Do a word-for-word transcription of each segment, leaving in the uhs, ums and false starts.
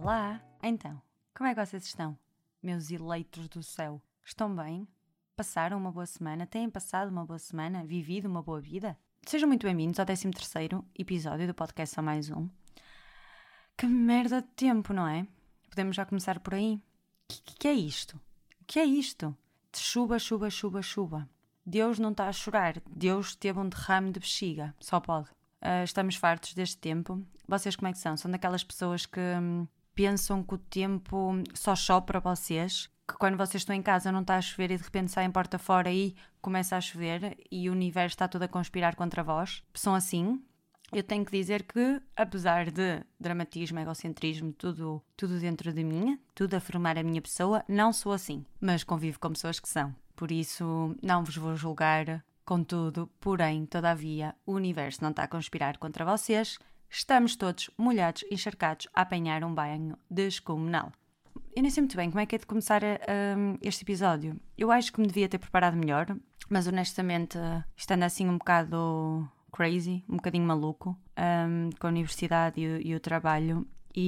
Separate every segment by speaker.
Speaker 1: Olá! Então, como é que vocês estão? Meus eleitos do céu, estão bem? Passaram uma boa semana? Têm passado uma boa semana? Vivido uma boa vida? Sejam muito bem-vindos ao décimo terceiro episódio do podcast Só Mais Um. Que merda de tempo, não é? Podemos já começar por aí? O que, que é isto? O que é isto? De chuva, chuva, chuva, chuva. Deus não está a chorar. Deus teve um derrame de bexiga. Só pode. Uh, estamos fartos deste tempo. Vocês como é que são? São daquelas pessoas que hum, pensam que o tempo só chove para vocês? Que quando vocês estão em casa não está a chover e de repente saem porta fora e começa a chover e o universo está todo a conspirar contra vós? São assim? Eu tenho que dizer que, apesar de dramatismo, egocentrismo, tudo, tudo dentro de mim, tudo a formar a minha pessoa, não sou assim. Mas convivo com pessoas que são. Por isso, não vos vou julgar. Contudo, porém, todavia, o universo não está a conspirar contra vocês. Estamos todos molhados e encharcados a apanhar um banho descomunal. Eu nem sei muito bem como é que é de começar a, a, este episódio. Eu acho que me devia ter preparado melhor, mas honestamente, isto anda assim um bocado crazy, um bocadinho maluco, um, com a universidade e o, e o trabalho.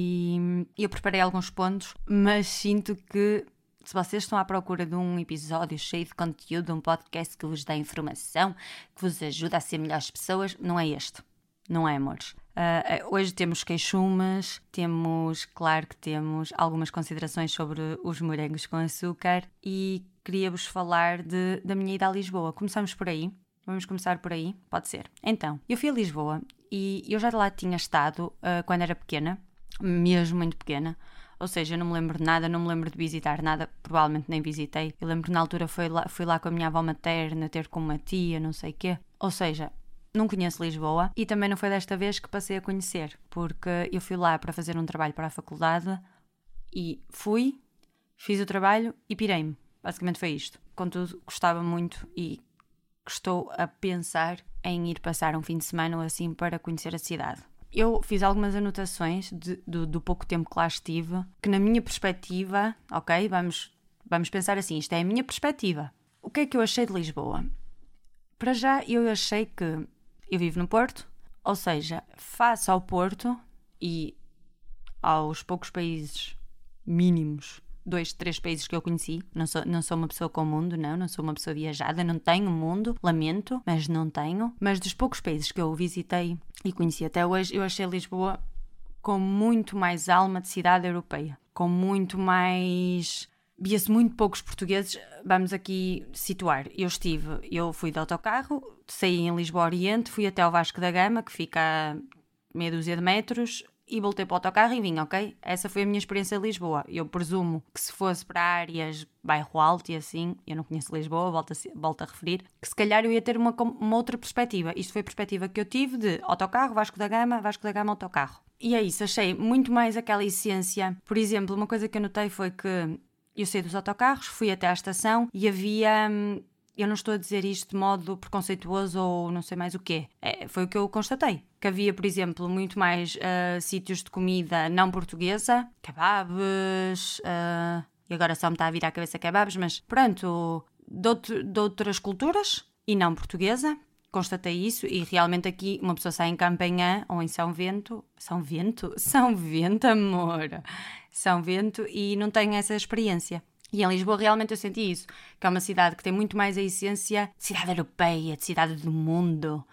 Speaker 1: E eu preparei alguns pontos, mas sinto que se vocês estão à procura de um episódio cheio de conteúdo, um podcast que vos dá informação, que vos ajuda a ser melhores pessoas, não é este. Não é, amores? Uh, hoje temos queixumas, temos, claro que temos algumas considerações sobre os morangos com açúcar e queria-vos falar de, da minha ida a Lisboa. Começamos por aí? Vamos começar por aí? Pode ser. Então, eu fui a Lisboa e eu já lá tinha estado uh, quando era pequena, mesmo muito pequena. Ou seja, eu não me lembro de nada, não me lembro de visitar nada, provavelmente nem visitei. Eu lembro que na altura fui lá, fui lá com a minha avó materna, ter com uma tia, não sei o quê. Ou seja, não conheço Lisboa e também não foi desta vez que passei a conhecer, porque eu fui lá para fazer um trabalho para a faculdade e fui, fiz o trabalho e pirei-me. Basicamente foi isto. Contudo, gostava muito e estou a pensar em ir passar um fim de semana ou assim para conhecer a cidade. Eu fiz algumas anotações de, do, do pouco tempo que lá estive, que na minha perspectiva, ok, vamos, vamos pensar assim, isto é a minha perspectiva. O que é que eu achei de Lisboa? Para já, eu achei que eu vivo no Porto, ou seja, face ao Porto e aos poucos países mínimos, dois, três países que eu conheci, não sou, não sou uma pessoa com o mundo, não, não sou uma pessoa viajada, não tenho mundo, lamento, mas não tenho. Mas dos poucos países que eu visitei e conheci até hoje, eu achei Lisboa com muito mais alma de cidade europeia, com muito mais... Via-se muito poucos portugueses. Vamos aqui situar. Eu estive, eu fui de autocarro, saí em Lisboa Oriente, fui até ao Vasco da Gama, que fica a meia dúzia de metros, e voltei para o autocarro e vim, ok? Essa foi a minha experiência de Lisboa. Eu presumo que se fosse para áreas, bairro alto e assim, eu não conheço Lisboa, volto a, volto a referir, que se calhar eu ia ter uma, uma outra perspectiva. Isto foi a perspectiva que eu tive de autocarro, Vasco da Gama, Vasco da Gama, autocarro. E é isso, achei muito mais aquela essência. Por exemplo, uma coisa que eu notei foi que eu saí dos autocarros, fui até à estação e havia... Eu não estou a dizer isto de modo preconceituoso ou não sei mais o quê. É, foi o que eu constatei. Que havia, por exemplo, muito mais uh, sítios de comida não portuguesa. Kebabs. Uh, e agora só me está a vir à cabeça kebabs, mas pronto, de, outro, de outras culturas e não portuguesa. Constatei isso e realmente aqui uma pessoa sai em Campanhã ou em São Vento. São Vento? São Vento, amor. São Vento e não tenho essa experiência. E em Lisboa realmente eu senti isso, que é uma cidade que tem muito mais a essência de cidade europeia, de cidade do mundo,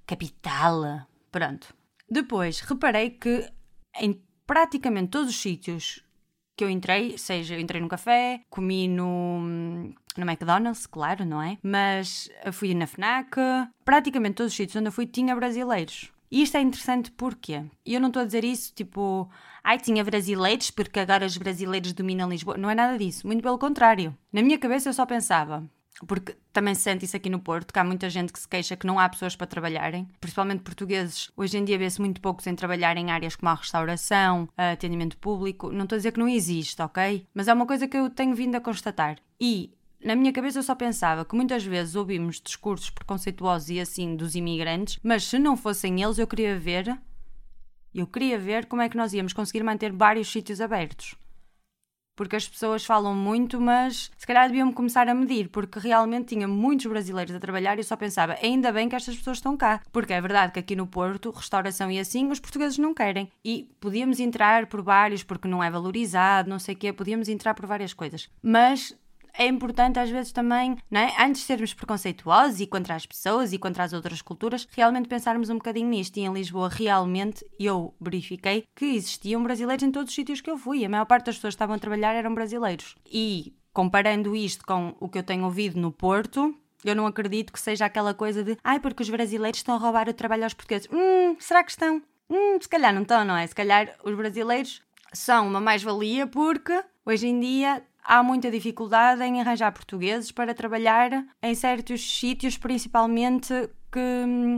Speaker 1: capital, pronto. Depois, reparei que em praticamente todos os sítios que eu entrei, seja, eu entrei num café, comi no, no McDonald's, claro, não é? Mas eu fui na FNAC, praticamente todos os sítios onde eu fui tinha brasileiros. E isto é interessante porque eu não estou a dizer isso tipo, ai, tinha brasileiros porque agora os brasileiros dominam Lisboa. Não é nada disso, muito pelo contrário. Na minha cabeça eu só pensava, porque também se sente isso aqui no Porto, que há muita gente que se queixa que não há pessoas para trabalharem, principalmente portugueses. Hoje em dia vê-se muito poucos em trabalhar em áreas como a restauração, atendimento público. Não estou a dizer que não existe, ok? Mas é uma coisa que eu tenho vindo a constatar. E na minha cabeça eu só pensava que muitas vezes ouvimos discursos preconceituosos e assim dos imigrantes, mas se não fossem eles eu queria ver, eu queria ver como é que nós íamos conseguir manter vários sítios abertos. Porque as pessoas falam muito, mas se calhar deviam começar a medir, porque realmente tinha muitos brasileiros a trabalhar e eu só pensava, ainda bem que estas pessoas estão cá. Porque é verdade que aqui no Porto, restauração e assim, os portugueses não querem. E podíamos entrar por vários, porque não é valorizado, não sei o quê, podíamos entrar por várias coisas. Mas é importante às vezes também, não é? Antes de sermos preconceituosos e contra as pessoas e contra as outras culturas, realmente pensarmos um bocadinho nisto. E em Lisboa realmente eu verifiquei que existiam brasileiros em todos os sítios que eu fui. A maior parte das pessoas que estavam a trabalhar eram brasileiros. E comparando isto com o que eu tenho ouvido no Porto, eu não acredito que seja aquela coisa de ai, porque os brasileiros estão a roubar o trabalho aos portugueses. Hum, será que estão? Hum, se calhar não estão, não é? Se calhar os brasileiros são uma mais-valia porque hoje em dia há muita dificuldade em arranjar portugueses para trabalhar em certos sítios, principalmente que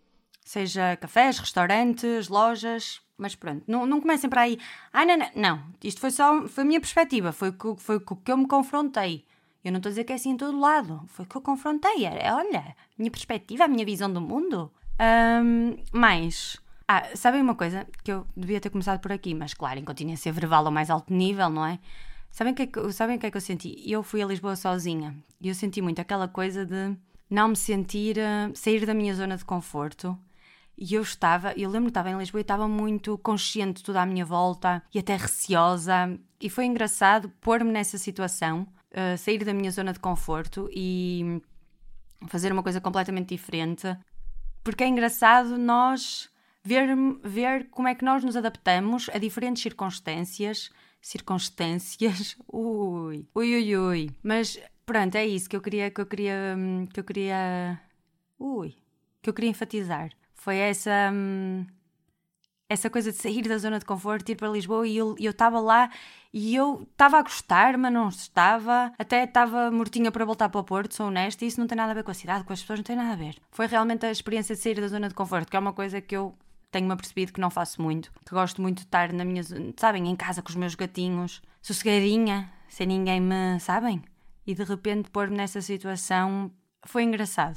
Speaker 1: seja cafés, restaurantes, lojas, mas pronto, não, não comecem para aí. Ah, não, não, não, isto foi só foi a minha perspectiva, foi com foi o que eu me confrontei. Eu não estou a dizer que é assim em todo lado, foi o que eu confrontei, era, olha, a minha perspectiva, a minha visão do mundo. Um, mas, ah, sabem uma coisa que eu devia ter começado por aqui, mas claro, em continência verbal ao mais alto nível, não é? Sabem o que, é que, sabem que é que eu senti? Eu fui a Lisboa sozinha e eu senti muito aquela coisa de não me sentir, uh, sair da minha zona de conforto. E eu estava, eu lembro que estava em Lisboa e estava muito consciente de tudo à minha volta e até receosa. E foi engraçado pôr-me nessa situação, uh, sair da minha zona de conforto e fazer uma coisa completamente diferente. Porque é engraçado nós ver, ver como é que nós nos adaptamos a diferentes circunstâncias. Circunstâncias, ui, ui, ui, ui. Mas pronto, é isso que eu queria, que eu queria, que eu queria, ui, que eu queria enfatizar. Foi essa, hum, essa coisa de sair da zona de conforto, ir para Lisboa e eu estava lá e eu estava a gostar, mas não estava, até estava mortinha para voltar para o Porto, sou honesta, e isso não tem nada a ver com a cidade, com as pessoas, não tem nada a ver. Foi realmente a experiência de sair da zona de conforto, que é uma coisa que eu tenho-me apercebido que não faço muito, que gosto muito de estar na minha, sabem, em casa com os meus gatinhos, sossegadinha, sem ninguém me, sabem? E de repente pôr-me nessa situação foi engraçado.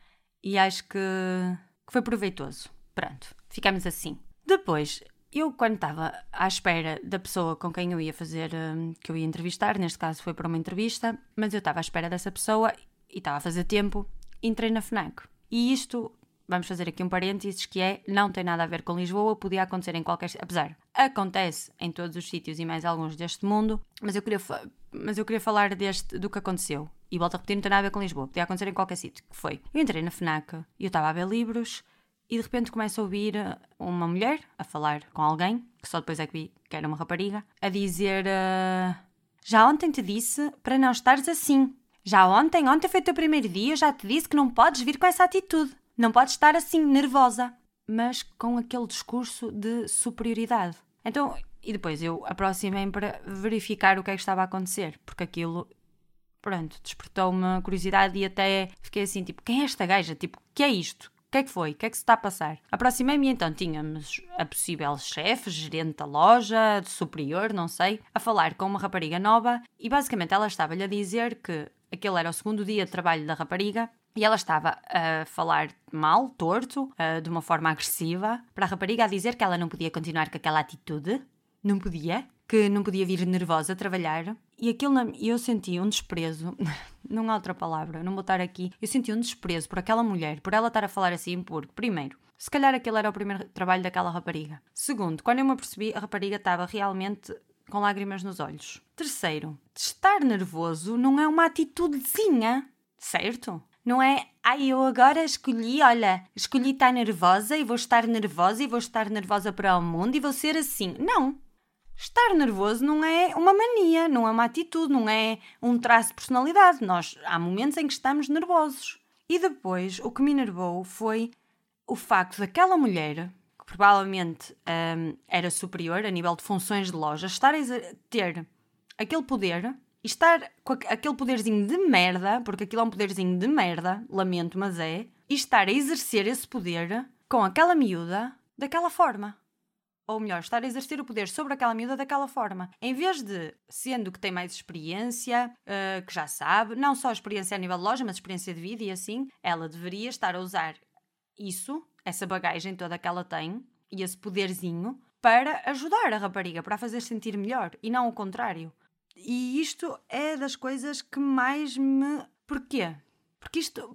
Speaker 1: E acho que, que foi proveitoso. Pronto, ficamos assim. Depois, eu quando estava à espera da pessoa com quem eu ia fazer, que eu ia entrevistar, neste caso foi para uma entrevista, mas eu estava à espera dessa pessoa e estava a fazer tempo, entrei na FNAC. E isto... Vamos fazer aqui um parênteses que é, não tem nada a ver com Lisboa, podia acontecer em qualquer... Apesar, acontece em todos os sítios e mais alguns deste mundo, mas eu queria, fa... mas eu queria falar deste, do que aconteceu. E volto a repetir, não tem nada a ver com Lisboa, podia acontecer em qualquer sítio, que foi. Eu entrei na FNAC e eu estava a ver livros e de repente começo a ouvir uma mulher a falar com alguém, que só depois é que vi que era uma rapariga, a dizer... Uh, já ontem te disse para não estares assim. Já ontem, ontem foi o teu primeiro dia, eu já te disse que não podes vir com essa atitude. Não pode estar assim, nervosa, mas com aquele discurso de superioridade. Então, e depois eu aproximei-me para verificar o que é que estava a acontecer, porque aquilo, pronto, despertou-me curiosidade e até fiquei assim, tipo, quem é esta gaja? Tipo, o que é isto? O que é que foi? O que é que se está a passar? Aproximei-me e então tínhamos a possível chefe, gerente da loja, de superior, não sei, a falar com uma rapariga nova e basicamente ela estava-lhe a dizer que aquele era o segundo dia de trabalho da rapariga. E ela estava a falar mal, torto, de uma forma agressiva, para a rapariga a dizer que ela não podia continuar com aquela atitude, não podia, que não podia vir nervosa a trabalhar. E aquilo, eu senti um desprezo, não há outra palavra, não vou estar aqui, eu senti um desprezo por aquela mulher, por ela estar a falar assim, porque, primeiro, se calhar aquele era o primeiro trabalho daquela rapariga. Segundo, quando eu me apercebi, a rapariga estava realmente com lágrimas nos olhos. Terceiro, estar nervoso não é uma atitudezinha, certo? Não é, ai, eu agora escolhi, olha, escolhi estar nervosa e vou estar nervosa e vou estar nervosa para o mundo e vou ser assim. Não. Estar nervoso não é uma mania, não é uma atitude, não é um traço de personalidade. Nós, há momentos em que estamos nervosos. E depois, o que me enervou foi o facto daquela mulher, que provavelmente hum, era superior a nível de funções de loja, estar a ter aquele poder... E estar com aquele poderzinho de merda, porque aquilo é um poderzinho de merda, lamento, mas é, e estar a exercer esse poder com aquela miúda daquela forma. Ou melhor, estar a exercer o poder sobre aquela miúda daquela forma. Em vez de, sendo que tem mais experiência, uh, que já sabe, não só experiência a nível de loja, mas experiência de vida e assim, ela deveria estar a usar isso, essa bagagem toda que ela tem, e esse poderzinho, para ajudar a rapariga, para a fazer sentir melhor, e não o contrário. E isto é das coisas que mais me... Porquê? Porque isto...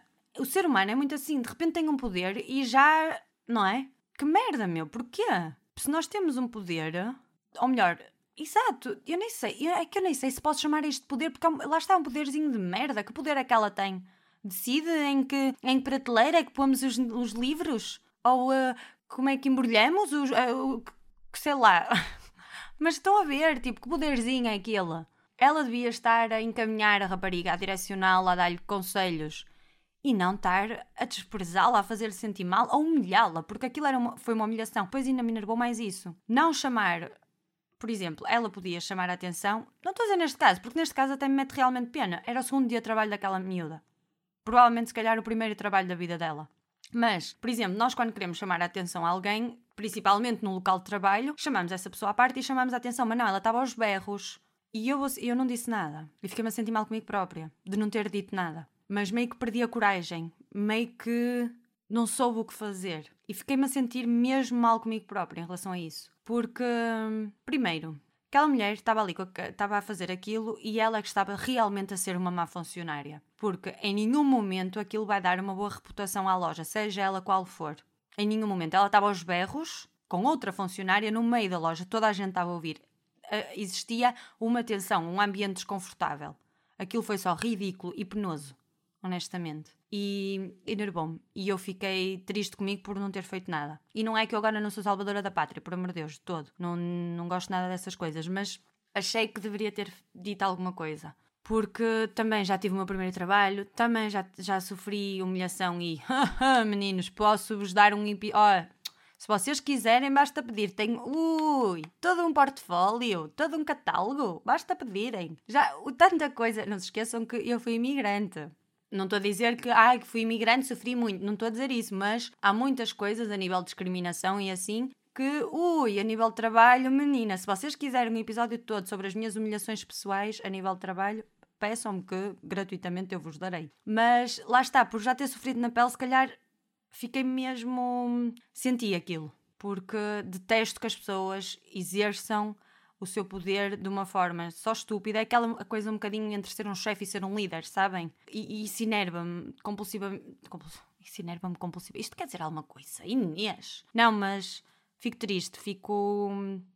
Speaker 1: O ser humano é muito assim, de repente tem um poder e já... Não é? Que merda, meu, porquê? Se nós temos um poder... Ou melhor... Exato, eu nem sei, é que eu nem sei se posso chamar isto de poder, porque lá está um poderzinho de merda. Que poder é que ela tem? Decide em que, em que prateleira é que pomos os, os livros? Ou uh, como é que embrulhamos os... Uh, sei lá... Mas estão a ver, tipo, que poderzinho é aquele? Ela devia estar a encaminhar a rapariga, a direcioná-la, a dar-lhe conselhos e não estar a desprezá-la, a fazer-lhe sentir mal, a humilhá-la, porque aquilo era uma, foi uma humilhação. Depois ainda me enervou mais isso. Não chamar, por exemplo, ela podia chamar a atenção, não estou a dizer neste caso, porque neste caso até me mete realmente pena. Era o segundo dia de trabalho daquela miúda. Provavelmente, se calhar, o primeiro trabalho da vida dela. Mas, por exemplo, nós quando queremos chamar a atenção a alguém, principalmente no local de trabalho, chamamos essa pessoa à parte e chamamos a atenção. Mas não, ela estava aos berros. E eu, eu não disse nada. E fiquei-me a sentir mal comigo própria, de não ter dito nada. Mas meio que perdi a coragem. Meio que não soube o que fazer. E fiquei-me a sentir mesmo mal comigo própria em relação a isso. Porque, primeiro, aquela mulher estava ali, estava a fazer aquilo e ela é que estava realmente a ser uma má funcionária. Porque em nenhum momento aquilo vai dar uma boa reputação à loja, seja ela qual for. Em nenhum momento. Ela estava aos berros, com outra funcionária, no meio da loja. Toda a gente estava a ouvir. Uh, existia uma tensão, um ambiente desconfortável. Aquilo foi só ridículo e penoso, honestamente. E enervou-me. E eu fiquei triste comigo por não ter feito nada. E não é que eu agora não sou salvadora da pátria, por amor de Deus, de todo. Não, não gosto nada dessas coisas, mas achei que deveria ter dito alguma coisa. Porque também já tive o meu primeiro trabalho, também já, já sofri humilhação e... Meninos, posso-vos dar um... Impi- oh, se vocês quiserem, basta pedir. Tenho, ui, todo um portfólio, todo um catálogo. Basta pedirem. Já, tanta coisa. Não se esqueçam que eu fui imigrante. Não estou a dizer que, ah, que fui imigrante, sofri muito. Não estou a dizer isso, mas há muitas coisas a nível de discriminação e assim... que, ui, a nível de trabalho, menina, se vocês quiserem um episódio todo sobre as minhas humilhações pessoais a nível de trabalho... peçam-me que gratuitamente eu vos darei. Mas lá está, por já ter sofrido na pele, se calhar fiquei mesmo... senti aquilo. Porque detesto que as pessoas exerçam o seu poder de uma forma só estúpida. É aquela coisa um bocadinho entre ser um chefe e ser um líder, sabem? E, e isso enerva-me compulsivamente... Compulsiv... Isso enerva-me compulsivamente. Isto quer dizer alguma coisa? Inês? Não, mas fico triste, fico...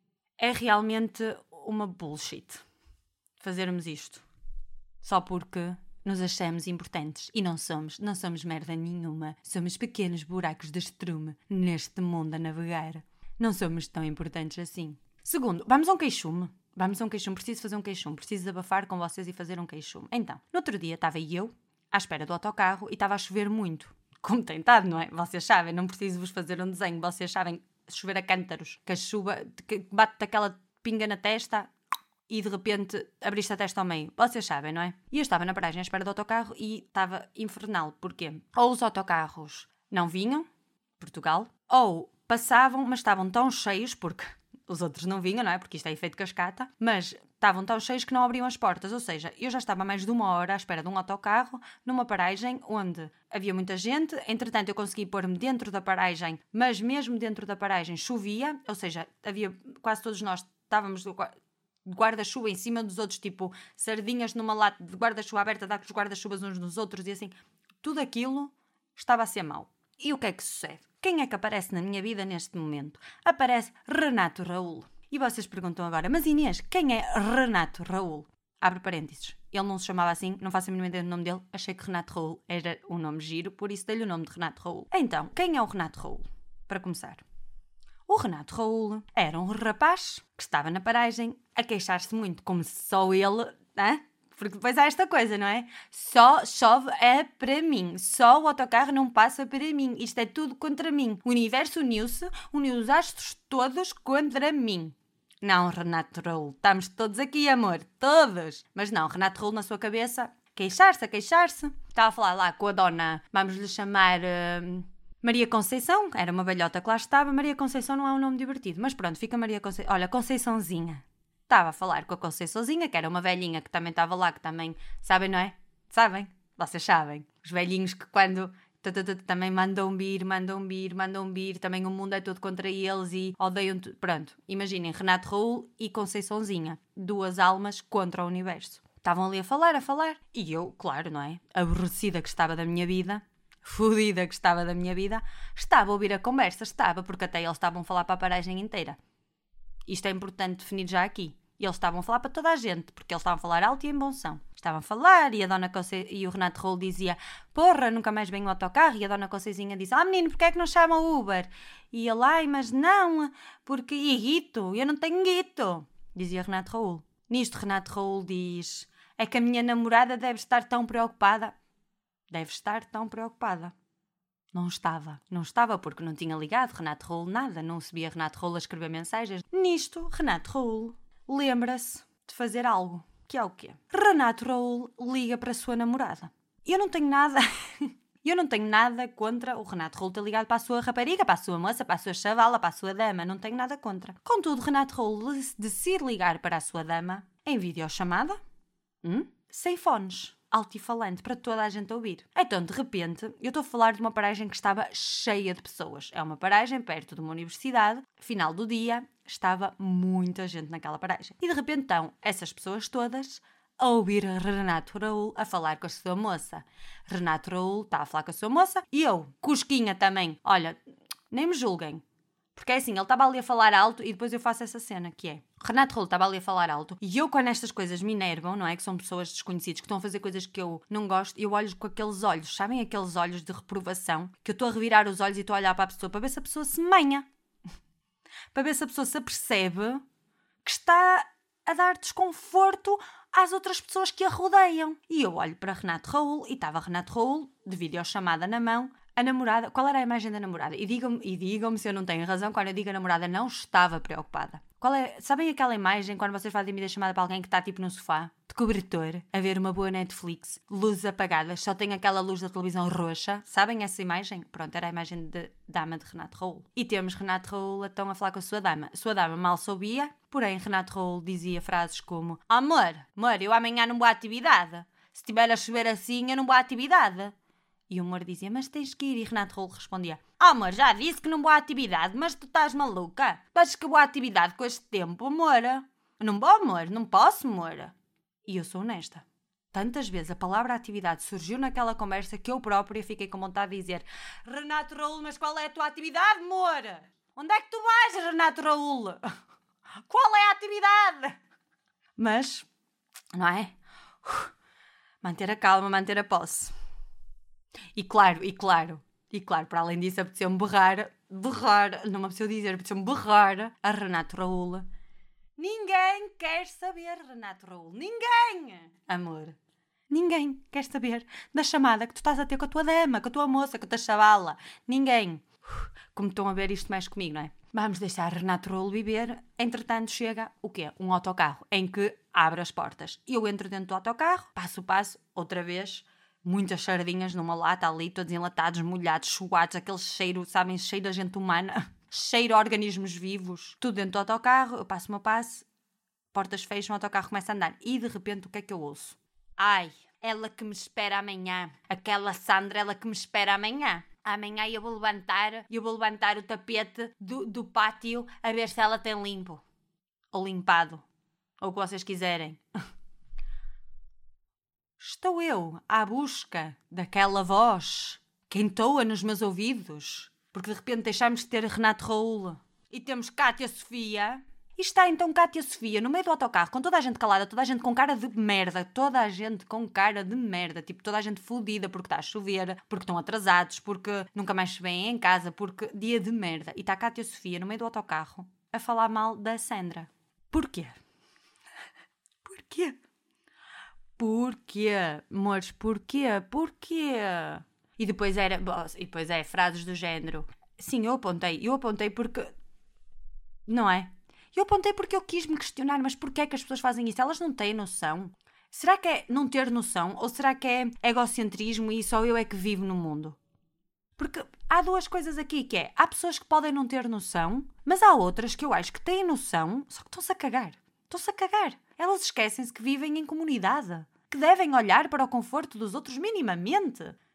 Speaker 1: É realmente uma bullshit fazermos isto. Só porque nos achamos importantes. E não somos. Não somos merda nenhuma. Somos pequenos buracos de estrume neste mundo a navegar. Não somos tão importantes assim. Segundo, vamos a um queixume. Vamos a um queixume. Preciso fazer um queixume. Preciso abafar com vocês e fazer um queixume. Então, no outro dia estava eu à espera do autocarro e estava a chover muito. Como tem estado, não é? Vocês sabem, não preciso vos fazer um desenho. Vocês sabem chover a cântaros. Que a chuva que bate aquela pinga na testa... e de repente abriste a testa ao meio. Vocês sabem, não é? E eu estava na paragem à espera do autocarro e estava infernal. Porquê? Ou os autocarros não vinham, Portugal, ou passavam, mas estavam tão cheios, porque os outros não vinham, não é? Porque isto é efeito cascata, mas estavam tão cheios que não abriam as portas. Ou seja, eu já estava mais de uma hora à espera de um autocarro numa paragem onde havia muita gente. Entretanto, eu consegui pôr-me dentro da paragem, mas mesmo dentro da paragem chovia. Ou seja, havia quase todos nós estávamos... de guarda-chuva em cima dos outros, tipo sardinhas numa lata de guarda-chuva aberta, dar com os guarda-chuvas uns nos outros e assim, tudo aquilo estava a ser mau. E o que é que sucede? Quem é que aparece na minha vida neste momento? Aparece Renato Raul. E vocês perguntam agora, mas Inês, quem é Renato Raul? Abre parênteses. Ele não se chamava assim, não faço a mínima ideia do nome dele, achei que Renato Raul era um nome giro, por isso dei-lhe o nome de Renato Raul. Então, quem é o Renato Raul? Para começar. O Renato Raul era um rapaz que estava na paragem a queixar-se muito, como se só ele... Hein? Porque depois há esta coisa, não é? Só chove é para mim. Só o autocarro não passa para mim. Isto é tudo contra mim. O universo uniu-se, uniu os astros todos contra mim. Não, Renato Raul. Estamos todos aqui, amor. Todos. Mas não, Renato Raul na sua cabeça... Queixar-se, a queixar-se. Estava a falar lá com a dona... Vamos-lhe chamar... Uh... Maria Conceição, era uma velhota que lá estava. Maria Conceição não é um nome divertido, mas pronto, fica Maria Conceição. Olha, Conceiçãozinha. Estava a falar com a Conceiçãozinha, que era uma velhinha que também estava lá, que também, sabem, não é? Sabem? Vocês sabem. Os velhinhos que quando também mandam vir, mandam vir, mandam vir, também o mundo é todo contra eles e odeiam tudo. Pronto, imaginem, Renato Raul e Conceiçãozinha, duas almas contra o universo. Estavam ali a falar, a falar, e eu, claro, não é? Aborrecida que estava da minha vida, fodida que estava da minha vida, estava a ouvir a conversa, estava, porque até eles estavam a falar para a paragem inteira. Isto é importante definir já aqui. E eles estavam a falar para toda a gente, porque eles estavam a falar alto e em bom som. Estavam a falar e a Dona Conce... e o Renato Raul dizia: porra, nunca mais venho ao autocarro. E a Dona Conceizinha disse: ah menino, porquê é que não chama o Uber? E ele: ai, mas não, porque e guito, eu não tenho guito, dizia Renato Raul. Nisto Renato Raul diz: é que a minha namorada deve estar tão preocupada. Deve estar tão preocupada. Não estava. Não estava porque não tinha ligado Renato Raul nada. Não se via Renato Raul a escrever mensagens. Nisto, Renato Raul lembra-se de fazer algo. Que é o quê? Renato Raul liga para a sua namorada. Eu não tenho nada... Eu não tenho nada contra o Renato Raul ter ligado para a sua rapariga, para a sua moça, para a sua chavala, para a sua dama. Não tenho nada contra. Contudo, Renato Raul decide ligar para a sua dama em videochamada, hum? sem fones, altifalante, para toda a gente ouvir. Então, de repente, eu estou a falar de uma paragem que estava cheia de pessoas. É uma paragem perto de uma universidade. Final do dia, estava muita gente naquela paragem. E de repente estão essas pessoas todas a ouvir Renato Raul a falar com a sua moça. Renato Raul está a falar com a sua moça e eu, cosquinha também. Olha, nem me julguem. Porque é assim, ele estava ali a falar alto e depois eu faço essa cena, que é... Renato Raul estava ali a falar alto e eu, quando estas coisas me enervam, não é? Que são pessoas desconhecidas que estão a fazer coisas que eu não gosto, eu olho com aqueles olhos, sabem? Aqueles olhos de reprovação, que eu estou a revirar os olhos e estou a olhar para a pessoa para ver se a pessoa se manha. Para ver se a pessoa se apercebe que está a dar desconforto às outras pessoas que a rodeiam. E eu olho para Renato Raul e estava Renato Raul, de videochamada na mão, a namorada... Qual era a imagem da namorada? E digam-me, e digam-me se eu não tenho razão quando eu digo a namorada não estava preocupada. Qual é... Sabem aquela imagem quando vocês fazem videochamada para alguém que está tipo no sofá, de cobertor, a ver uma boa Netflix, luzes apagadas, só tem aquela luz da televisão roxa? Sabem essa imagem? Pronto, era a imagem de dama de Renato Raul. E temos Renato Raul então a falar com a sua dama. A sua dama mal sabia, porém Renato Raul dizia frases como: amor, amor, eu amanhã não vou à atividade. Se estiver a chover assim, eu não vou à atividade. E o amor dizia: mas tens que ir. E Renato Raul respondia: ah, amor, já disse que não vou à atividade, mas tu estás maluca? Achas que eu vou à atividade com este tempo, amor? Não vou, amor, não posso, amor. E eu sou honesta. Tantas vezes a palavra atividade surgiu naquela conversa que eu própria fiquei com vontade de dizer: Renato Raul, mas qual é a tua atividade, amor? Onde é que tu vais, Renato Raul? Qual é a atividade? Mas, não é? Manter a calma, manter a posse. E claro, e claro, e claro, para além disso apeteceu-me berrar, berrar, não me apeteceu dizer, apeteceu-me berrar a Renato Raul. Ninguém quer saber, Renato Raul, ninguém, amor, ninguém quer saber da chamada que tu estás a ter com a tua dama, com a tua moça, com a tua chavala, ninguém. Como estão a ver, isto mexe comigo, não é? Vamos deixar Renato Raul viver. Entretanto chega o quê? Um autocarro em que abre as portas. Eu entro dentro do autocarro, passo o passo, outra vez... Muitas sardinhas numa lata ali, todos enlatados, molhados, suados, aquele cheiro, sabem, cheiro de gente humana, cheiro a organismos vivos. Tudo dentro do autocarro, eu passo o meu passo, portas fecham, o autocarro começa a andar. E de repente o que é que eu ouço? Ai, ela que me espera amanhã. Aquela Sandra, ela que me espera amanhã. Amanhã eu vou levantar, eu vou levantar o tapete do, do pátio a ver se ela tem limpo. Ou limpado. Ou o que vocês quiserem. Estou eu à busca daquela voz que entoa nos meus ouvidos, porque de repente deixámos de ter Renato Raul e temos Cátia Sofia. E está então Cátia Sofia no meio do autocarro, com toda a gente calada, toda a gente com cara de merda, toda a gente com cara de merda, tipo toda a gente fodida porque está a chover, porque estão atrasados, porque nunca mais se vêm em casa, porque dia de merda. E está Cátia Sofia no meio do autocarro a falar mal da Sandra. Porquê? Porquê? Porquê? Amores, porquê? Porquê? E depois era... E depois é frases do género. Sim, eu apontei. Eu apontei porque... Não é? Eu apontei porque eu quis me questionar. Mas porquê é que as pessoas fazem isso? Elas não têm noção? Será que é não ter noção? Ou será que é egocentrismo e só eu é que vivo no mundo? Porque há duas coisas aqui, que é... Há pessoas que podem não ter noção, mas há outras que eu acho que têm noção, só que estão-se a cagar. Estão-se a cagar. Elas esquecem-se que vivem em comunidade, que devem olhar para o conforto dos outros minimamente,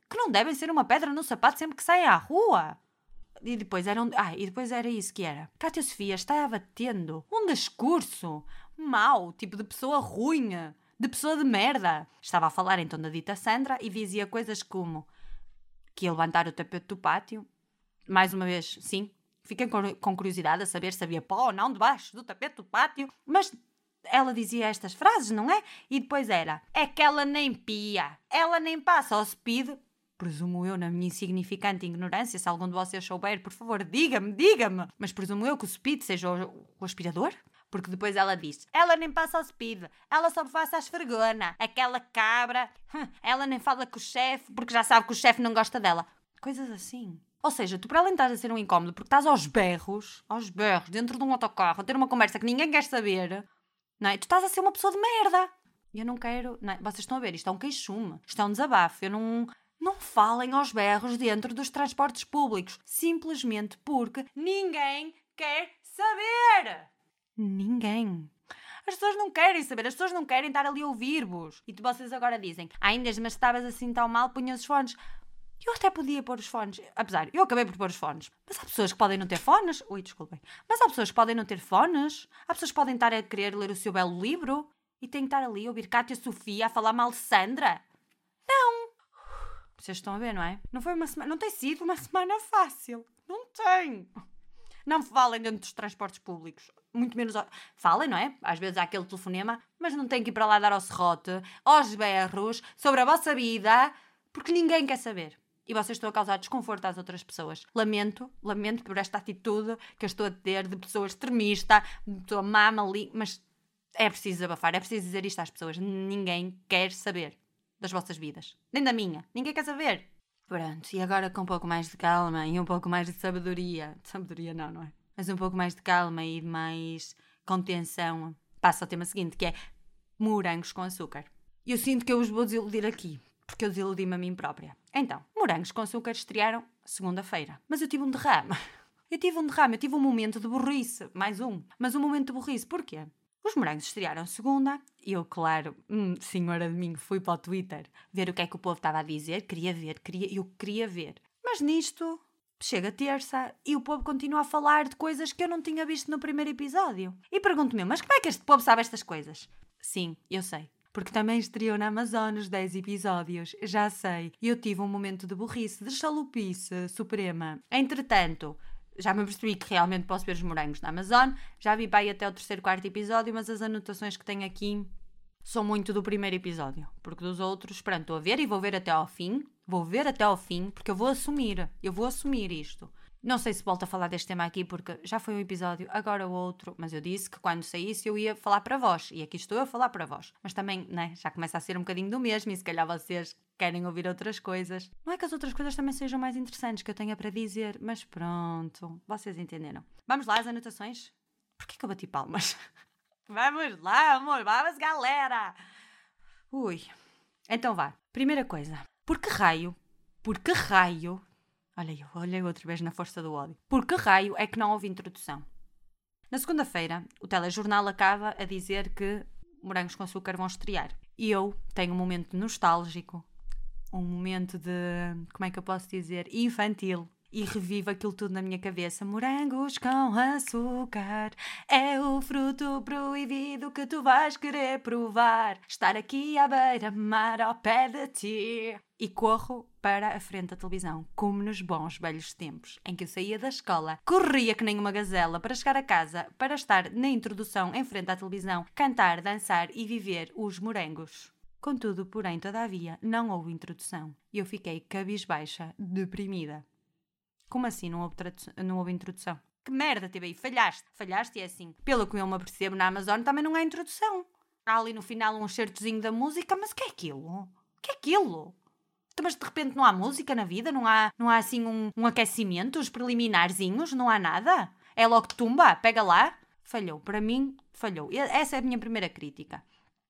Speaker 1: que não devem ser uma pedra no sapato sempre que saem à rua. E depois era, um... ah, e depois era isso que era. Cátia Sofia estava tendo um discurso mau, tipo de pessoa ruim, de pessoa de merda. Estava a falar então da dita Sandra e dizia coisas como que ia levantar o tapete do pátio. Mais uma vez, sim, fiquei com curiosidade a saber se havia pó ou não debaixo do tapete do pátio. Mas ela dizia estas frases, não é? E depois era, é que ela nem pia, ela nem passa ao speed. Presumo eu, na minha insignificante ignorância, se algum de vocês souber, por favor, diga-me, diga-me. Mas presumo eu que o speed seja o, o aspirador? Porque depois ela diz, ela nem passa ao speed, ela só passa à esfregona. Aquela cabra, ela nem fala com o chefe, porque já sabe que o chefe não gosta dela. Coisas assim. Ou seja, tu para além de estás a ser um incómodo, porque estás aos berros, aos berros, dentro de um autocarro, a ter uma conversa que ninguém quer saber, não é? Tu estás a ser uma pessoa de merda. E eu não quero... Não é? Vocês estão a ver, isto é um queixume, isto é um desabafo, eu não... Não falem aos berros dentro dos transportes públicos, simplesmente porque ninguém quer saber. Ninguém. As pessoas não querem saber, as pessoas não querem estar ali a ouvir-vos. E vocês agora dizem, ah, Inês, mas estavas assim tão mal, punha os fones. Eu até podia pôr os fones, apesar, eu acabei por pôr os fones. Mas há pessoas que podem não ter fones. Ui, desculpem. Mas há pessoas que podem não ter fones. Há pessoas que podem estar a querer ler o seu belo livro e têm que estar ali a ouvir Cátia Sofia a falar mal de Sandra. Não. Vocês estão a ver, não é? Não foi uma semana, não tem sido uma semana fácil. Não tem. Não falem dentro dos transportes públicos. Muito menos... Falem, não é? Às vezes há aquele telefonema, mas não tem que ir para lá dar ao serrote, aos berros, sobre a vossa vida, porque ninguém quer saber. E vocês estão a causar desconforto às outras pessoas. Lamento, lamento por esta atitude que eu estou a ter de pessoa extremista, de pessoa má, maligna, mas é preciso abafar, é preciso dizer isto às pessoas. Ninguém quer saber das vossas vidas. Nem da minha. Ninguém quer saber. Pronto, e agora com um pouco mais de calma e um pouco mais de sabedoria. Sabedoria não, não é? Mas um pouco mais de calma e de mais contenção. Passo ao tema seguinte, que é morangos com açúcar. E eu sinto que eu os vou desiludir aqui, porque eu desiludi-me a mim própria. Então, morangos com açúcar estrearam segunda-feira. Mas eu tive um derrame. Eu tive um derrame, eu tive um momento de burrice. Mais um. Mas um momento de burrice. Porquê? Os morangos estrearam segunda e eu, claro, hum, senhora de mim, fui para o Twitter ver o que é que o povo estava a dizer. Queria ver, queria, eu queria ver. Mas nisto, chega terça e o povo continua a falar de coisas que eu não tinha visto no primeiro episódio. E pergunto-me, mas como é que este povo sabe estas coisas? Sim, eu sei. Porque também estreou na Amazon os dez episódios. Já sei. E eu tive um momento de burrice, de chalupice suprema. Entretanto... Já me percebi que realmente posso ver os morangos na Amazon. Já vi para aí até o terceiro, quarto episódio, mas as anotações que tenho aqui são muito do primeiro episódio. Porque dos outros, pronto, estou a ver e vou ver até ao fim. Vou ver até ao fim, porque eu vou assumir. Eu vou assumir isto. Não sei se volto a falar deste tema aqui, porque já foi um episódio, agora o outro. Mas eu disse que quando saísse eu ia falar para vós. E aqui estou eu a falar para vós. Mas também, né, já começa a ser um bocadinho do mesmo e se calhar vocês... querem ouvir outras coisas. Não é que as outras coisas também sejam mais interessantes que eu tenha para dizer, mas pronto, vocês entenderam. Vamos lá, as anotações? Porquê que eu bati palmas? Vamos lá, amor, vamos, galera! Ui, então vá. Primeira coisa, por que raio, por que raio, olha eu, olhei outra vez na força do ódio, por que raio é que não houve introdução? Na segunda-feira, o telejornal acaba a dizer que morangos com açúcar vão estrear. E eu tenho um momento nostálgico, um momento de, como é que eu posso dizer, infantil. E revivo aquilo tudo na minha cabeça. Morangos com açúcar é o fruto proibido que tu vais querer provar. Estar aqui à beira-mar ao pé de ti. E corro para a frente da televisão, como nos bons velhos tempos, em que eu saía da escola, corria que nem uma gazela para chegar a casa, para estar na introdução em frente à televisão, cantar, dançar e viver os morangos. Contudo, porém, todavia, não houve introdução. E eu fiquei cabisbaixa, deprimida. Como assim não houve, tradu- não houve introdução? Que merda, T V I, falhaste. Falhaste e é assim. Pelo que eu me apercebo, na Amazon também não há introdução. Há ali no final um certozinho da música, mas o que é aquilo? O que é aquilo? Então, mas de repente não há música na vida? Não há, não há assim um, um aquecimento, os preliminarzinhos? Não há nada? É logo tumba, pega lá. Falhou. Para mim, falhou. Essa é a minha primeira crítica.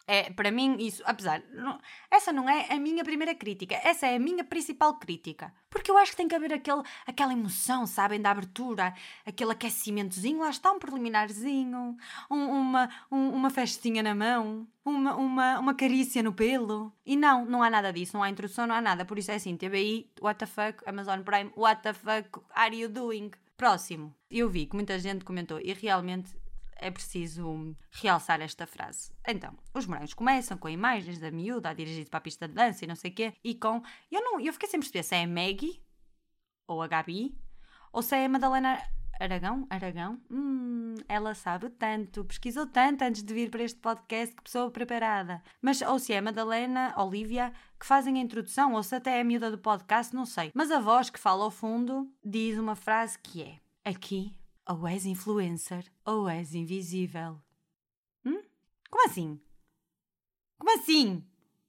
Speaker 1: É, para mim, isso, apesar, não, essa não é a minha primeira crítica, essa é a minha principal crítica. Porque eu acho que tem que haver aquele, aquela emoção, sabem, da abertura, aquele aquecimentozinho, lá está um preliminarzinho, um, uma, um, uma festinha na mão, uma, uma, uma carícia no pelo. E não, não há nada disso, não há introdução, não há nada. Por isso é assim, T V I, what the fuck, Amazon Prime, what the fuck are you doing? Próximo. Eu vi que muita gente comentou e realmente é preciso realçar esta frase. Então, os morangos começam com imagens da miúda a dirigir-se para a pista de dança e não sei o quê, e com... Eu, não, eu fiquei sem perceber se é a Maggie, ou a Gabi, ou se é a Madalena Aragão. Aragão? Hum, ela sabe tanto, pesquisou tanto antes de vir para este podcast, que pessoa preparada. Mas ou se é a Madalena, Olivia, que fazem a introdução, ou se até é a miúda do podcast, não sei. Mas a voz que fala ao fundo diz uma frase que é: aqui... ou és influencer, ou és invisível. Hum? Como assim? Como assim?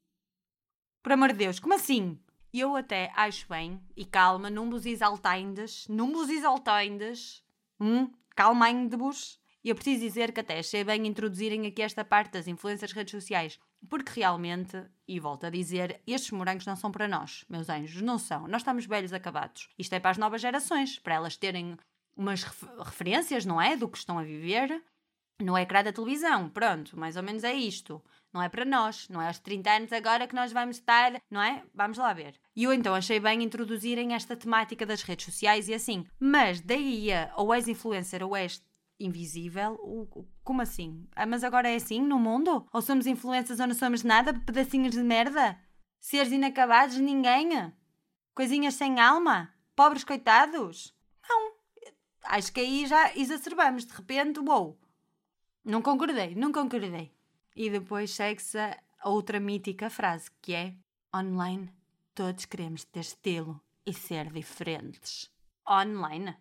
Speaker 1: Por amor de Deus, como assim? Eu até acho bem, e calma, não vos exaltaindes, não vos exaltaindes, hum? Calmaindes-vos. E eu preciso dizer que até achei bem introduzirem aqui esta parte das influências redes sociais, porque realmente, e volto a dizer, estes morangos não são para nós, meus anjos, não são. Nós estamos velhos acabados. Isto é para as novas gerações, para elas terem umas referências, não é? Do que estão a viver no ecrã da televisão. Pronto, mais ou menos é isto. Não é para nós. Não é aos trinta anos agora que nós vamos estar, não é? Vamos lá ver. E eu então achei bem introduzirem esta temática das redes sociais e assim. Mas daí a ou és influencer ou és invisível, como assim? Ah, mas agora é assim no mundo? Ou somos influencers ou não somos nada? Pedacinhos de merda? Seres inacabados? Ninguém? Coisinhas sem alma? Pobres coitados? Acho que aí já exacerbamos, de repente, uou, não concordei, não concordei. E depois segue-se a outra mítica frase, que é: online, todos queremos ter estilo e ser diferentes. Online?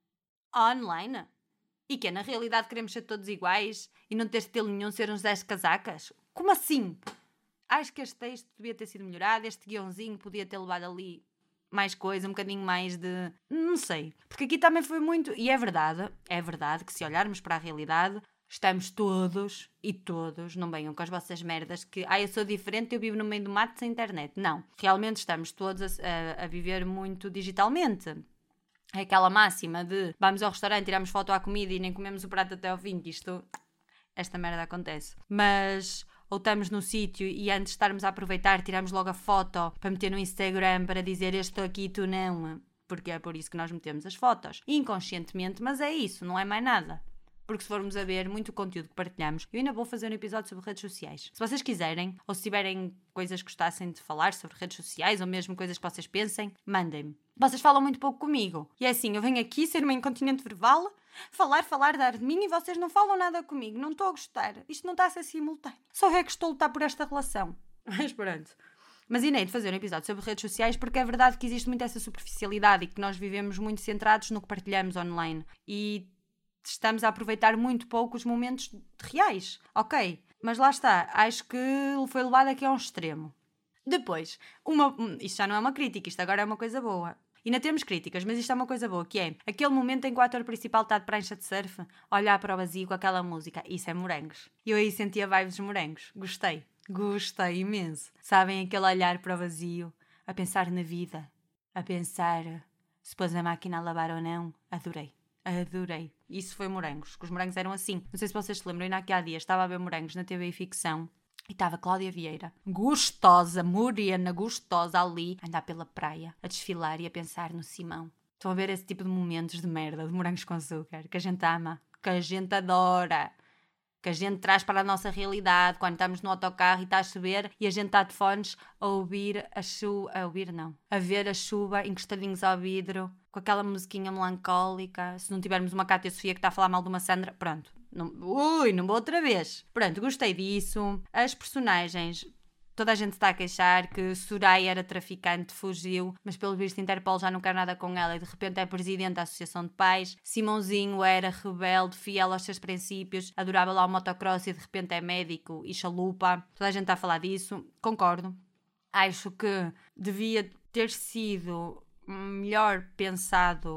Speaker 1: Online? E que na realidade queremos ser todos iguais e não ter estilo nenhum, ser uns dez casacas? Como assim? Acho que este texto devia ter sido melhorado, este guiãozinho podia ter levado ali mais coisa, um bocadinho mais de... não sei. Porque aqui também foi muito... E é verdade, é verdade que se olharmos para a realidade, estamos todos e todos, não venham com as vossas merdas que, ah, eu sou diferente, eu vivo no meio do mato sem internet. Não. Realmente estamos todos a, a, a viver muito digitalmente. É aquela máxima de vamos ao restaurante, tiramos foto à comida e nem comemos o prato até ao fim, que isto... esta merda acontece. Mas... ou estamos no sítio e antes de estarmos a aproveitar tiramos logo a foto para meter no Instagram para dizer eu estou aqui e tu não, porque é por isso que nós metemos as fotos, inconscientemente, mas é isso, não é mais nada. Porque se formos a ver muito conteúdo que partilhamos, eu ainda vou fazer um episódio sobre redes sociais. Se vocês quiserem, ou se tiverem coisas que gostassem de falar sobre redes sociais, ou mesmo coisas que vocês pensem, mandem-me. Vocês falam muito pouco comigo. E é assim, eu venho aqui ser uma incontinente verbal, falar, falar, dar de mim e vocês não falam nada comigo. Não estou a gostar. Isto não está a ser simultâneo. Só é que estou a lutar por esta relação. Mas pronto. Mas irei de fazer um episódio sobre redes sociais porque é verdade que existe muito essa superficialidade e que nós vivemos muito centrados no que partilhamos online. E estamos a aproveitar muito pouco os momentos reais. Ok, mas lá está. Acho que foi levado aqui a um extremo. Depois, uma, isto já não é uma crítica, isto agora é uma coisa boa. E ainda temos críticas, mas isto é uma coisa boa, que é aquele momento em que o ator principal está de prancha de surf, olhar para o vazio com aquela música. Isso é morangos. E eu aí sentia vibes de morangos. Gostei. Gostei imenso. Sabem, aquele olhar para o vazio, a pensar na vida, a pensar se pôs a máquina a lavar ou não. Adorei. Adorei. Isso foi morangos. Que os morangos eram assim. Não sei se vocês se lembram, ainda aqui há dias estava a ver morangos na T V e Ficção. E estava Cláudia Vieira, gostosa, morena, gostosa, ali, a andar pela praia, a desfilar e a pensar no Simão. Estão a ver esse tipo de momentos de merda, de morangos com açúcar, que a gente ama, que a gente adora, que a gente traz para a nossa realidade, quando estamos no autocarro e está a chover e a gente está de fones a ouvir a chuva, a ouvir não, a ver a chuva encostadinhos ao vidro, com aquela musiquinha melancólica, se não tivermos uma Cátia Sofia que está a falar mal de uma Sandra, pronto. Não, ui, não vou outra vez. Pronto, gostei disso. As personagens, toda a gente está a queixar que Soraya era traficante, fugiu, mas pelo visto Interpol já não quer nada com ela e de repente é presidente da Associação de Pais. Simãozinho era rebelde, fiel aos seus princípios, adorava lá o motocross e de repente é médico e chalupa. Toda a gente está a falar disso. Concordo. Acho que devia ter sido melhor pensado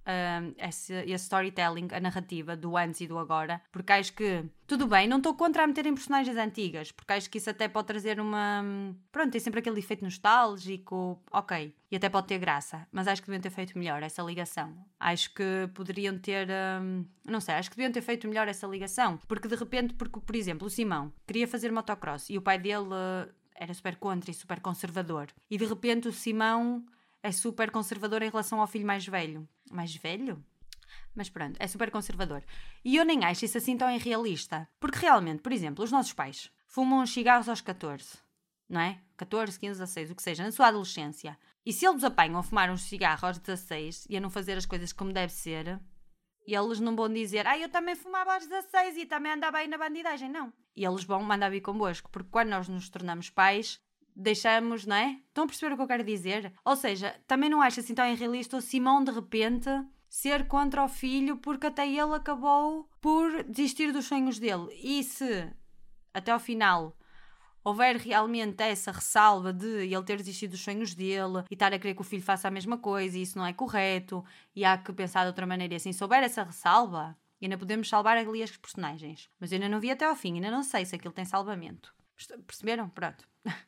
Speaker 1: uh, esse, esse storytelling, a narrativa do antes e do agora, porque acho que, tudo bem, não estou contra a meterem personagens antigas, porque acho que isso até pode trazer uma... Pronto, tem sempre aquele efeito nostálgico, ok, e até pode ter graça, mas acho que deviam ter feito melhor essa ligação. Acho que poderiam ter... Um, não sei, acho que deviam ter feito melhor essa ligação, porque de repente, porque, por exemplo, o Simão queria fazer motocross e o pai dele uh, era super contra e super conservador, e de repente o Simão é super conservador em relação ao filho mais velho. Mais velho? Mas pronto, é super conservador. E eu nem acho isso assim tão irrealista. Porque realmente, por exemplo, os nossos pais fumam os cigarros aos catorze, não é? catorze, quinze, dezasseis, o que seja, na sua adolescência. E se eles apanham a fumar um cigarro aos dezasseis e a não fazer as coisas como deve ser, eles não vão dizer, ah, eu também fumava aos dezasseis e também andava aí na bandidagem, não. E eles vão mandar vir convosco, porque quando nós nos tornamos pais, deixamos, não é? Estão a perceber o que eu quero dizer? Ou seja, também não acho assim tão irrealista o Simão de repente ser contra o filho porque até ele acabou por desistir dos sonhos dele. E se até ao final houver realmente essa ressalva de ele ter desistido dos sonhos dele e estar a querer que o filho faça a mesma coisa e isso não é correto e há que pensar de outra maneira, e assim, se houver essa ressalva, ainda podemos salvar ali as personagens. Mas eu ainda não vi até ao fim, ainda não sei se aquilo tem salvamento. Perceberam? Pronto.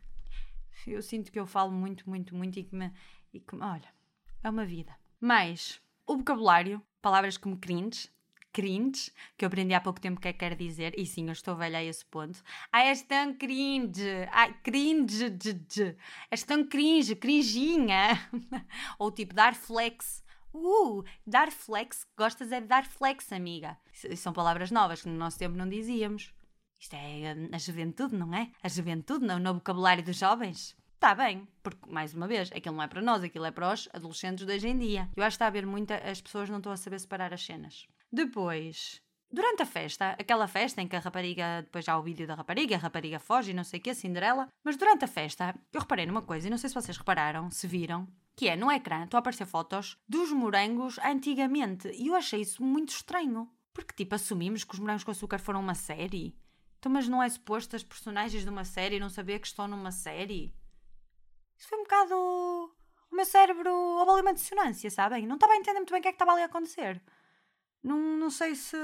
Speaker 1: Eu sinto que eu falo muito, muito, muito e que me... E que, olha, é uma vida. Mas o vocabulário, palavras como cringe, cringe, que eu aprendi há pouco tempo o que é que quer dizer, e sim, eu estou velha a esse ponto. Ai, és tão cringe, ai, cringe, de, de. És tão cringe, cringinha. Ou tipo, dar flex. Uh, dar flex, gostas é de dar flex, amiga. Isso são palavras novas que no nosso tempo não dizíamos. Isto é a juventude, não é? A juventude no, no vocabulário dos jovens. Está bem, porque, mais uma vez, aquilo não é para nós, aquilo é para os adolescentes de hoje em dia. Eu acho que está a haver muita... As pessoas não estão a saber separar as cenas. Depois, durante a festa, aquela festa em que a rapariga... Depois já há o vídeo da rapariga, a rapariga foge e não sei o quê, Cinderela. Mas durante a festa, eu reparei numa coisa, e não sei se vocês repararam, se viram, que é, no ecrã, estão a aparecer fotos dos morangos antigamente. E eu achei isso muito estranho. Porque, tipo, assumimos que os morangos com açúcar foram uma série... Então, mas não é suposto as personagens de uma série não saber que estão numa série? Isso foi um bocado... O meu cérebro houve ali uma dissonância, sabem? Não estava a entender muito bem o que é que estava ali a acontecer. Não, não sei se...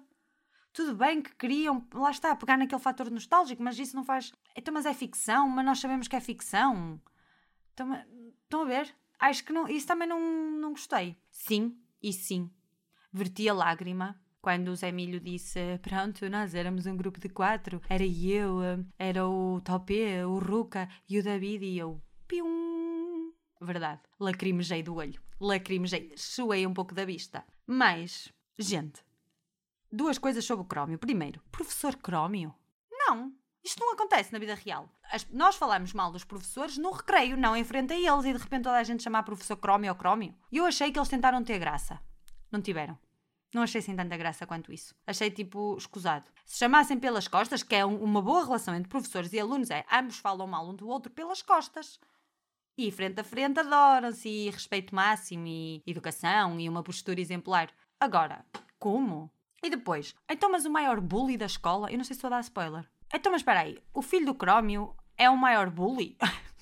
Speaker 1: Tudo bem que queriam, lá está, pegar naquele fator nostálgico, mas isso não faz... Então, mas é ficção, mas nós sabemos que é ficção. Então, mas... Estão a ver? Acho que não... Isso também não, não gostei. Sim, e sim. Verti a lágrima quando o Zé Milho disse, pronto, nós éramos um grupo de quatro, era eu, era o Topé, o Ruca e o David, e eu, pium, verdade, lacrimejei do olho, lacrimejei, suei um pouco da vista. Mas, gente, duas coisas sobre o Crómio. Primeiro, professor Crómio? Não, isto não acontece na vida real. As, nós falamos mal dos professores no recreio, não em frente a eles, e de repente toda a gente chama professor Crómio ou Crómio. E eu achei que eles tentaram ter graça. Não tiveram. Não achei sem tanta graça quanto isso. Achei, tipo, escusado. Se chamassem pelas costas, que é um, uma boa relação entre professores e alunos, é ambos falam mal um do outro pelas costas. E frente a frente adoram-se, e respeito máximo, e educação, e uma postura exemplar. Agora, como? E depois, então mas o maior bully da escola? Eu não sei se estou a dar spoiler. Então mas espera aí, o filho do Crómio é o maior bully?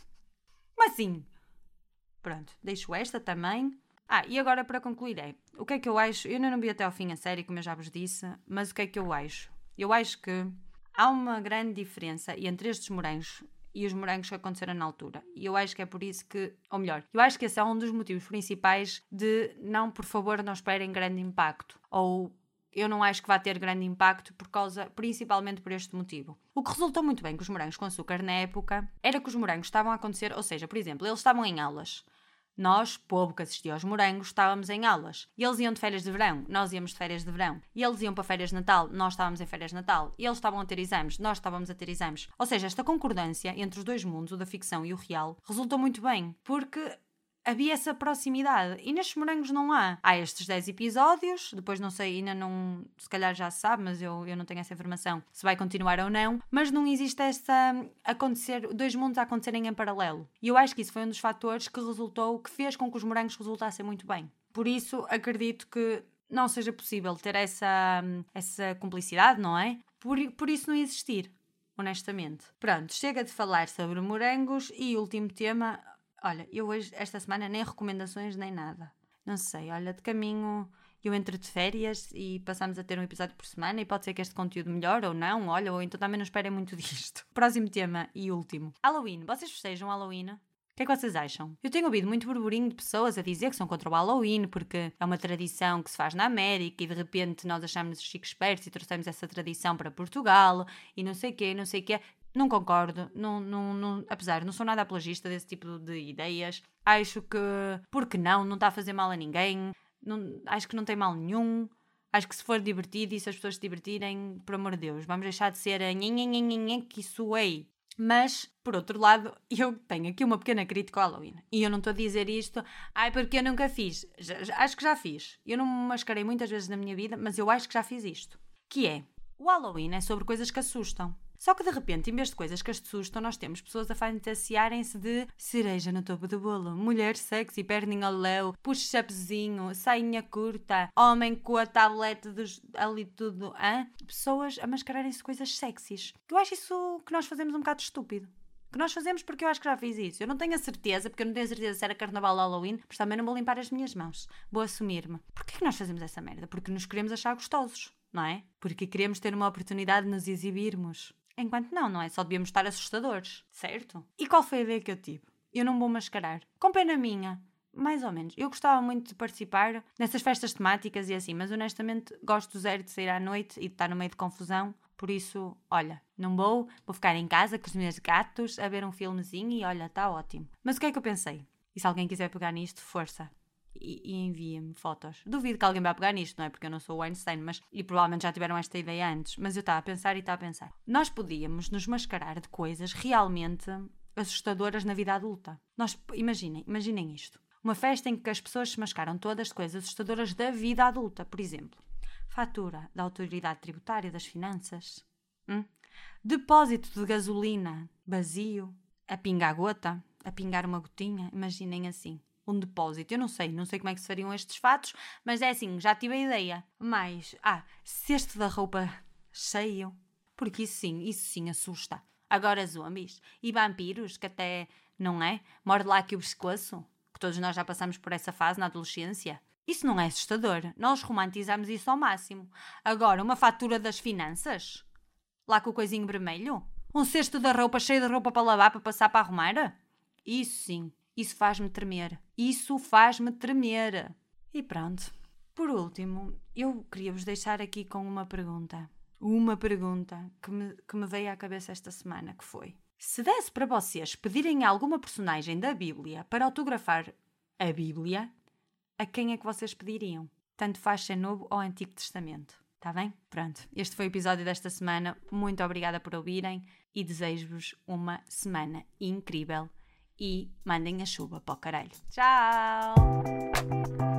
Speaker 1: Mas sim. Pronto, deixo esta também... Ah, e agora para concluir é, o que é que eu acho, eu ainda não vi até ao fim a série, como eu já vos disse, mas o que é que eu acho? Eu acho que há uma grande diferença entre estes morangos e os morangos que aconteceram na altura. E eu acho que é por isso que, ou melhor, eu acho que esse é um dos motivos principais de não, por favor, não esperem grande impacto. Ou eu não acho que vai ter grande impacto por causa, principalmente por este motivo. O que resultou muito bem com os morangos com açúcar na época era que os morangos estavam a acontecer, ou seja, por exemplo, eles estavam em aulas. Nós, povo que assistia aos morangos, estávamos em aulas. E eles iam de férias de verão, nós íamos de férias de verão. E eles iam para férias de Natal, nós estávamos em férias de Natal. E eles estavam a ter exames, nós estávamos a ter exames. Ou seja, esta concordância entre os dois mundos, o da ficção e o real, resultou muito bem. Porque havia essa proximidade. E nestes morangos não há. Há estes dez episódios, depois não sei, ainda não... Se calhar já se sabe, mas eu, eu não tenho essa informação, se vai continuar ou não. Mas não existe essa... acontecer, dois mundos a acontecerem em paralelo. E eu acho que isso foi um dos fatores que resultou, que fez com que os morangos resultassem muito bem. Por isso, acredito que não seja possível ter essa, essa cumplicidade, não é? Por, por isso não existir, honestamente. Pronto, chega de falar sobre morangos e último tema... Olha, eu hoje, esta semana, nem recomendações nem nada. não sei, olha, de caminho eu entro de férias e passamos a ter um episódio por semana e pode ser que este conteúdo melhore ou não, olha, ou então também não esperem muito disto. Próximo tema e último. Halloween. Vocês festejam Halloween? O que é que vocês acham? Eu tenho ouvido muito burburinho de pessoas a dizer que são contra o Halloween porque é uma tradição que se faz na América e de repente nós achamos-nos chiques espertos e trouxemos essa tradição para Portugal e não sei o quê, não sei o quê. Não concordo, não, não, não, apesar, não sou nada apologista desse tipo de ideias. Acho que, porque não, não está a fazer mal a ninguém. Não, acho que não tem mal nenhum. Acho que se for divertido e se as pessoas se divertirem, por amor de Deus, vamos deixar de ser a nhenhenhenhenhen que isso é. Mas, por outro lado, eu tenho aqui uma pequena crítica ao Halloween. E eu não estou a dizer isto, ai, porque eu nunca fiz. Já, já, acho que já fiz. Eu não me mascarei muitas vezes na minha vida, mas eu acho que já fiz isto. Que é, o Halloween é sobre coisas que assustam. Só que de repente, em vez de coisas que assustam, nós temos pessoas a fantasiarem-se de cereja no topo do bolo, mulher sexy, perninha ao léu, puxa-chapezinho, sainha curta, homem com a tablete dos, ali tudo, hã? Pessoas a mascararem-se de coisas sexys. Eu acho isso que nós fazemos um bocado estúpido. Que nós fazemos porque eu acho que já fiz isso. Eu não tenho a certeza, porque eu não tenho a certeza se era carnaval ou Halloween, mas também não vou limpar as minhas mãos. Vou assumir-me. Porquê que nós fazemos essa merda? Porque nos queremos achar gostosos, não é? Porque queremos ter uma oportunidade de nos exibirmos. Enquanto não, não é? Só devíamos estar assustadores, certo? E qual foi a ideia que eu tive? Eu não vou mascarar. Com pena minha. Mais ou menos. Eu gostava muito de participar nessas festas temáticas e assim, mas honestamente gosto zero de sair à noite e de estar no meio de confusão. Por isso, olha, não vou, vou ficar em casa com os meus gatos a ver um filmezinho e olha, está ótimo. Mas o que é que eu pensei? E se alguém quiser pegar nisto, força. E, e envia-me fotos. Duvido que alguém vá pegar nisto, não é? Porque eu não sou o Einstein, mas... E provavelmente já tiveram esta ideia antes. Mas eu estava a pensar e estava a pensar. Nós podíamos nos mascarar de coisas realmente assustadoras na vida adulta. Nós, imaginem, imaginem isto. Uma festa em que as pessoas se mascaram todas de coisas assustadoras da vida adulta. Por exemplo, fatura da autoridade tributária das finanças. Hum? Depósito de gasolina vazio. A pingar gota. A pingar uma gotinha. Imaginem assim. Um depósito. Eu não sei, não sei como é que se fariam estes fatos, mas é assim, já tive a ideia. Mas, ah, cesto da roupa cheio. Porque isso sim, isso sim assusta. Agora zombies e vampiros, que até, não é? Morde lá aqui o pescoço, que todos nós já passamos por essa fase na adolescência. Isso não é assustador. Nós romantizamos isso ao máximo. Agora, uma fatura das finanças? Lá com o coisinho vermelho? Um cesto da roupa cheio de roupa para lavar, para passar para arrumar? Isso sim. Isso faz-me tremer. Isso faz-me tremer. E pronto. Por último, eu queria-vos deixar aqui com uma pergunta. Uma pergunta que me, que me veio à cabeça esta semana, que foi... Se desse para vocês pedirem a alguma personagem da Bíblia para autografar a Bíblia, a quem é que vocês pediriam? Tanto faz ser Novo ou Antigo Testamento. Está bem? Pronto. Este foi o episódio desta semana. Muito obrigada por ouvirem e desejo-vos uma semana incrível. E mandem a chuva para o caralho. Tchau!